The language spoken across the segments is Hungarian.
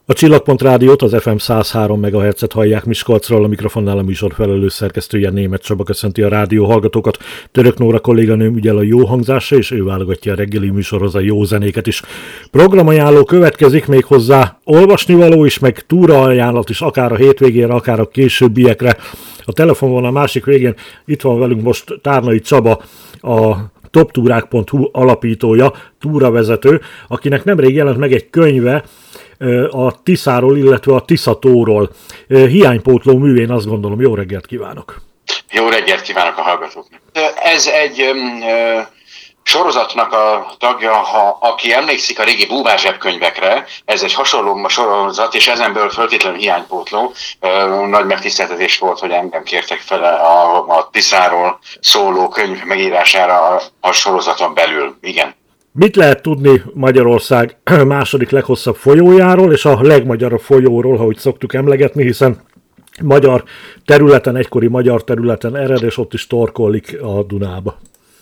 A Csillagpont Rádiót, az FM 103 MHz-et hallják Miskolcról, a mikrofonnál a műsor felelős szerkesztője Németh Csaba köszönti a rádió hallgatókat. Török Nóra kolléganőm ügyel a jó hangzásra, és ő válogatja a reggeli műsorhoz a jó zenéket is. Programajánló következik, még hozzá olvasnivaló is, meg túraajánlat is, akár a hétvégére, akár a későbbiekre. A telefonon a másik végén itt van velünk most Tárnai Csaba, a toptúrák.hu alapítója, túravezető, akinek nemrég jelent meg egy könyve a Tiszáról, illetve a Tiszatóról. Hiánypótló mű, én azt gondolom. Jó reggelt kívánok! Jó reggelt kívánok a hallgatóknak! Ez egy sorozatnak a tagja, aki emlékszik a régi búvár zsebkönyvekre, ez egy hasonló sorozat, és ezenből feltétlenül hiánypótló. Nagy megtiszteltetés volt, hogy engem kértek fel a Tiszáról szóló könyv megírására a sorozaton belül. Igen. Mit lehet tudni Magyarország második leghosszabb folyójáról, és a legmagyarabb folyóról, ahogy szoktuk emlegetni, hiszen magyar területen, egykori magyar területen ered, és ott is torkollik a Dunába.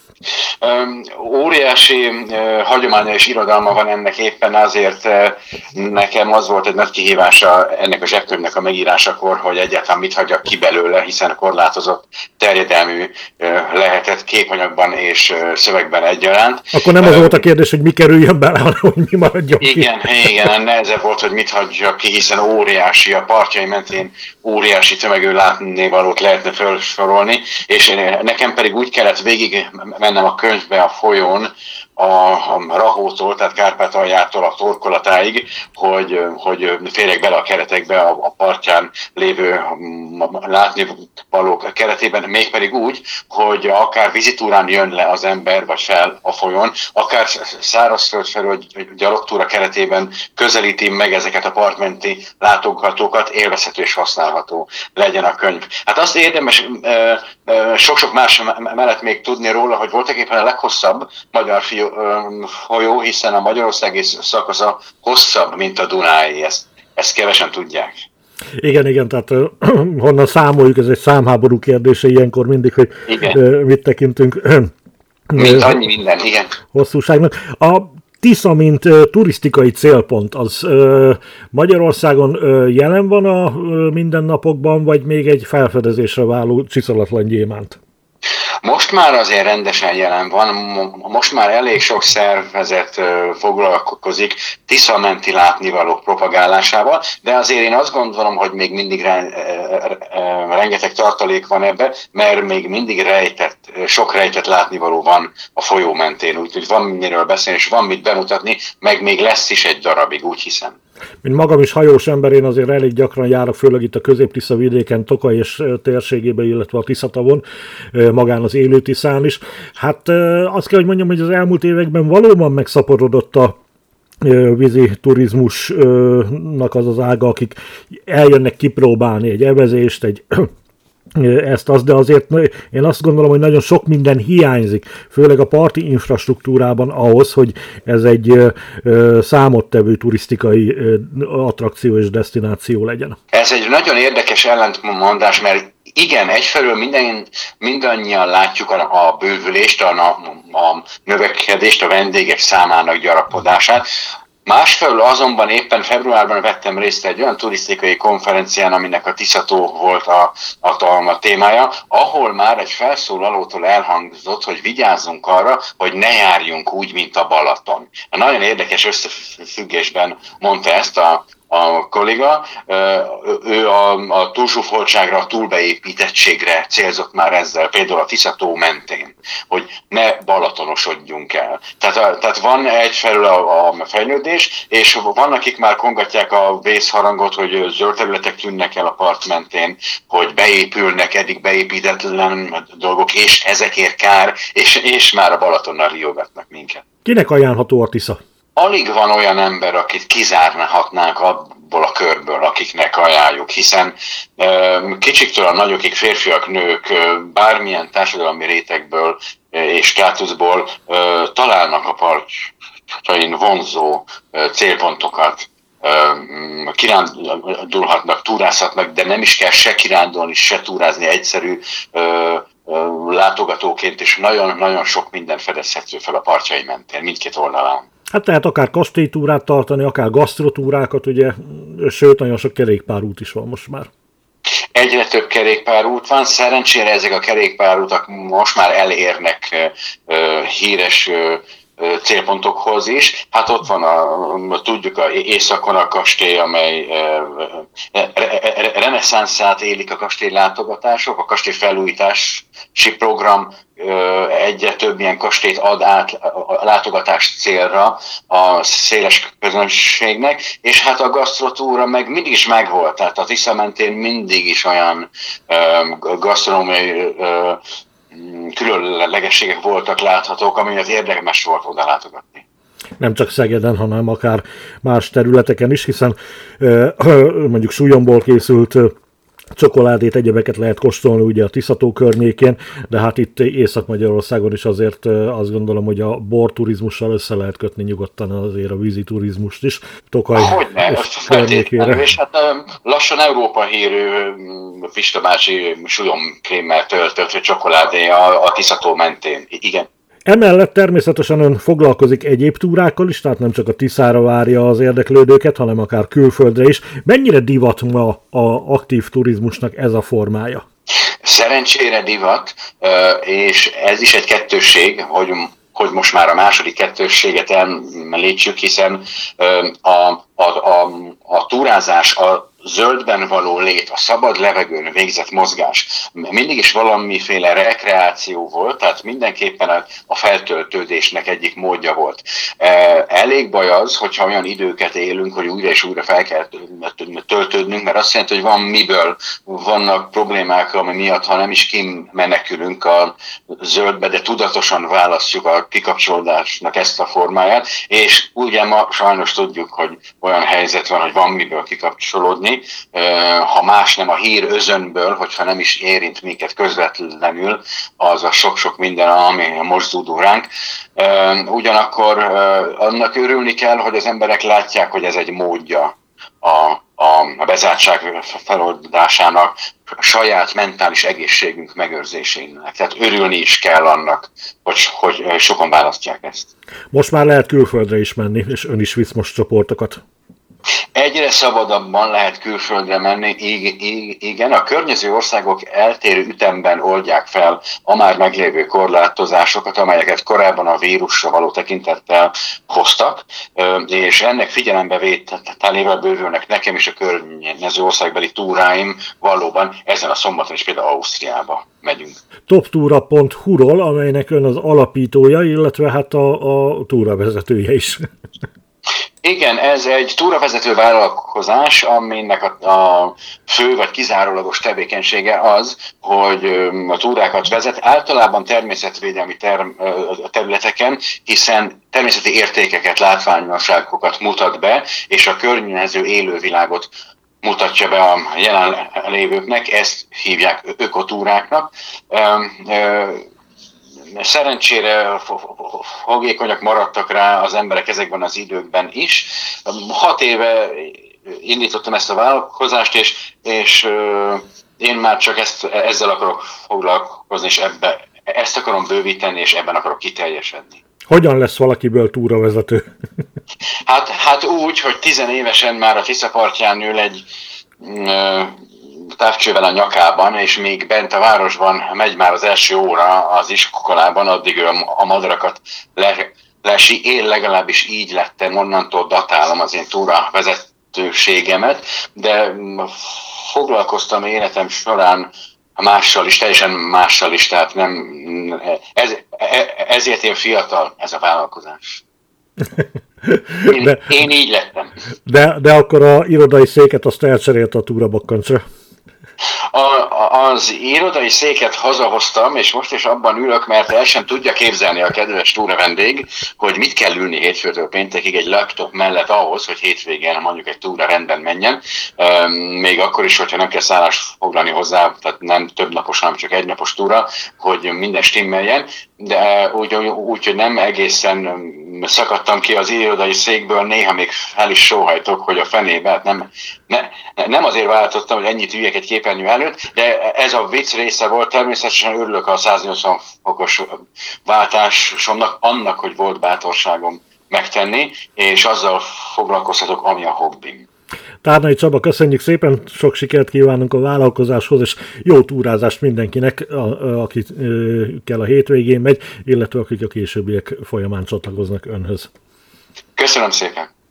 Óriási hagyománya és irodalma van ennek, éppen azért nekem az volt egy nagy kihívása ennek a zsebkönyvnek a megírásakor, hogy egyáltalán mit hagyjak ki belőle, hiszen korlátozott terjedelmű lehetett képanyagban és szövegben egyaránt. Akkor nem az volt a kérdés, hogy mi kerüljön bele, hanem hogy mi maradjon ki. Igen, nehezebb volt, hogy mit hagyjak ki, hiszen óriási, a partjai mentén óriási tömegű látnivalót lehetne felsorolni, és nekem pedig úgy kellett végig mennem a könyvbe a folyón, a Rahótól, tehát Kárpátaljától a torkolatáig, hogy férjek bele a keretekbe a partján lévő látnivalók keretében, mégpedig úgy, hogy akár vizitúrán jön le az ember, vagy fel a folyón, akár szárazföld felől gyalogtúra keretében közelíti meg ezeket a partmenti látogatókat, élvezhető és használható legyen a könyv. Hát azt érdemes sok-sok más mellett még tudni róla, hogy voltak éppen a leghosszabb magyar folyó, hiszen a magyarországi szakasza hosszabb, mint a Dunái. Ezt kevesen tudják. Igen, tehát honnan számoljuk, ez egy számháború kérdése ilyenkor mindig, hogy mit tekintünk mint annyi minden, igen. Hosszúságnak. A Tisza, mint turisztikai célpont, az Magyarországon jelen van a mindennapokban, vagy még egy felfedezésre váló csiszolatlan gyémánt? Most már azért rendesen jelen van, most már elég sok szervezet foglalkozik Tisza-menti látnivalók propagálásával, de azért én azt gondolom, hogy még mindig rengeteg tartalék van ebben, mert még mindig sok rejtett látnivaló van a folyó mentén, úgyhogy van miről beszélni, és van mit bemutatni, meg még lesz is egy darabig, úgy hiszem. Mint magam is hajós ember, én azért elég gyakran járok, főleg itt a Közép-Tisza vidéken, Tokaj és térségében, illetve a Tiszatavon, magán az élő Tiszán is. Hát azt kell, hogy mondjam, hogy az elmúlt években valóban megszaporodott a vízi turizmusnak az ága, akik eljönnek kipróbálni egy evezést, de azért én azt gondolom, hogy nagyon sok minden hiányzik, főleg a parti infrastruktúrában ahhoz, hogy ez egy számottevő turisztikai attrakció és desztináció legyen. Ez egy nagyon érdekes ellentmondás, mert igen, egyfelől mindannyian látjuk a bővülést, a növekedést, a vendégek számának gyarapodását. Másfelől azonban éppen februárban vettem részt egy olyan turisztikai konferencián, aminek a Tiszató volt a témája, ahol már egy felszólalótól elhangzott, hogy vigyázzunk arra, hogy ne járjunk úgy, mint a Balaton. Nagyon érdekes összefüggésben mondta ezt a kolléga, ő a túlzsúfoltságra, a túlbeépítettségre célzott már ezzel, például a Tiszató mentén, hogy ne balatonosodjunk el. Tehát van egyfelől a fejlődés, és van, akik már kongatják a vészharangot, hogy zöld területek tűnnek el a part mentén, hogy beépülnek eddig beépítetlen dolgok, és ezekért kár, és már a Balatonnal riogatnak minket. Kinek ajánlható a Tisza? Alig van olyan ember, akit kizárhatnánk abból a körből, akiknek ajánljuk, hiszen kicsiktől a nagyokig férfiak, nők bármilyen társadalmi rétegből és státuszból találnak a partjain vonzó célpontokat, kirándulhatnak, túrázhatnak, de nem is kell se kirándulni, se túrázni, egyszerű látogatóként, és nagyon-nagyon sok minden fedezhető fel a partjai mentén, mindkét oldalán. Hát lehet akár kastélytúrát tartani, akár gasztrotúrákat, ugye, sőt, nagyon sok kerékpárút is van most már. Egyre több kerékpárút van, szerencsére ezek a kerékpárútak most már elérnek híres célpontokhoz is. Hát ott van tudjuk, északon a kastély, amely reneszánszát élik a kastély látogatások, a kastély felújítási program egyre több ilyen kastélyt ad át a látogatás célra a széles közönségnek, és hát a gasztrotúra meg mindig is megvolt, tehát a Tisza mentén mindig is olyan gasztronómiai különlegességek voltak láthatók, amiért érdemes volt oda látogatni. Nem csak Szegeden, hanem akár más területeken is, hiszen mondjuk súlyomból készült csokoládét, egyebeket lehet kóstolni ugye a Tisza-tó környékén, de hát itt Észak-Magyarországon is azért azt gondolom, hogy a borturizmussal össze lehet kötni nyugodtan azért a vízi turizmust is. Tokaj környékére. És hát lassan Európa hírű Pista bácsi súlyomkrémmel töltött csokoládé a Tisza-tó mentén. Igen. Emellett természetesen ön foglalkozik egyéb túrákkal is, tehát nem csak a Tiszára várja az érdeklődőket, hanem akár külföldre is. Mennyire divat ma a aktív turizmusnak ez a formája? Szerencsére divat, és ez is egy kettősség, hogy most már a második kettősséget említsük, hiszen a túrázás, a zöldben való lét, a szabad levegőn végzett mozgás mindig is valamiféle rekreáció volt, tehát mindenképpen a feltöltődésnek egyik módja volt. Elég baj az, hogyha olyan időket élünk, hogy újra és újra fel kell töltődnünk, mert azt jelenti, hogy van miből, vannak problémák, ami miatt, ha nem is kimenekülünk a zöldbe, de tudatosan választjuk a kikapcsolódásnak ezt a formáját, és ugye ma sajnos tudjuk, hogy olyan helyzet van, hogy van miből kikapcsolódni, ha más nem a hír özönből, hogyha nem is érint minket közvetlenül, az a sok-sok minden, ami most zúdul ránk. Ugyanakkor annak örülni kell, hogy az emberek látják, hogy ez egy módja a bezártság feloldásának, a saját mentális egészségünk megőrzésének. Tehát örülni is kell annak, hogy sokan választják ezt. Most már lehet külföldre is menni, és ön is visz most csoportokat. Egyre szabadabban lehet külföldre menni, igen, a környező országok eltérő ütemben oldják fel a már meglévő korlátozásokat, amelyeket korábban a vírusra való tekintettel hoztak, és ennek figyelembevételével bővülnek nekem is a környező országbeli túráim, valóban ezen a szombaton is például Ausztriába megyünk. Toptura.hu-ról, amelynek ön az alapítója, illetve hát a túravezetője is. Igen, ez egy túravezető vállalkozás, aminek a fő vagy kizárólagos tevékenysége az, hogy a túrákat vezet, általában természetvédelmi területeken, hiszen természeti értékeket, látványosságokat mutat be, és a környező élővilágot mutatja be a jelenlévőknek, ezt hívják ökotúráknak. Szerencsére fogékonyak maradtak rá az emberek ezekben az időkben is. 6 éve indítottam ezt a vállalkozást, és én már csak ezzel akarok foglalkozni, és ezt akarom bővíteni, és ebben akarok kiteljesedni. Hogyan lesz valakiből túravezető? Hát úgy, hogy 10 évesen már a Tisza partján ül egy távcsővel a nyakában, és még bent a városban megy már az első óra az iskolában, addig ő a madarakat lesi. Én legalábbis így lettem, onnantól datálom az én túravezetőséget, de foglalkoztam életem során mással is, teljesen mással is, tehát ezért én fiatal ez a vállalkozás. Én így lettem. De akkor a irodai széket azt elcserélte a túrabakkancsra. Az irodai széket hazahoztam, és most is abban ülök, mert el sem tudja képzelni a kedves túra vendég, hogy mit kell ülni hétfőtől péntekig egy laptop mellett ahhoz, hogy hétvégén mondjuk egy túra rendben menjen. Még akkor is, hogyha nem kell szállást foglalni hozzá, tehát nem több napos, hanem csak egy napos túra, hogy minden stimmeljen, de úgy, hogy nem egészen szakadtam ki az irodai székből, néha még fel is sóhajtok, hogy a fenébe, hát nem azért váltottam, hogy ennyit üljek egy képernyő előtt, de ez a vicc része volt, természetesen örülök a 180 fokos váltásomnak, annak, hogy volt bátorságom megtenni, és azzal foglalkozhatok, ami a hobbim. Tárnai Csaba, köszönjük szépen, sok sikert kívánunk a vállalkozáshoz, és jó túrázást mindenkinek, akikkel a hétvégén megy, illetve akik a későbbiek folyamán csatlakoznak önhöz. Köszönöm szépen!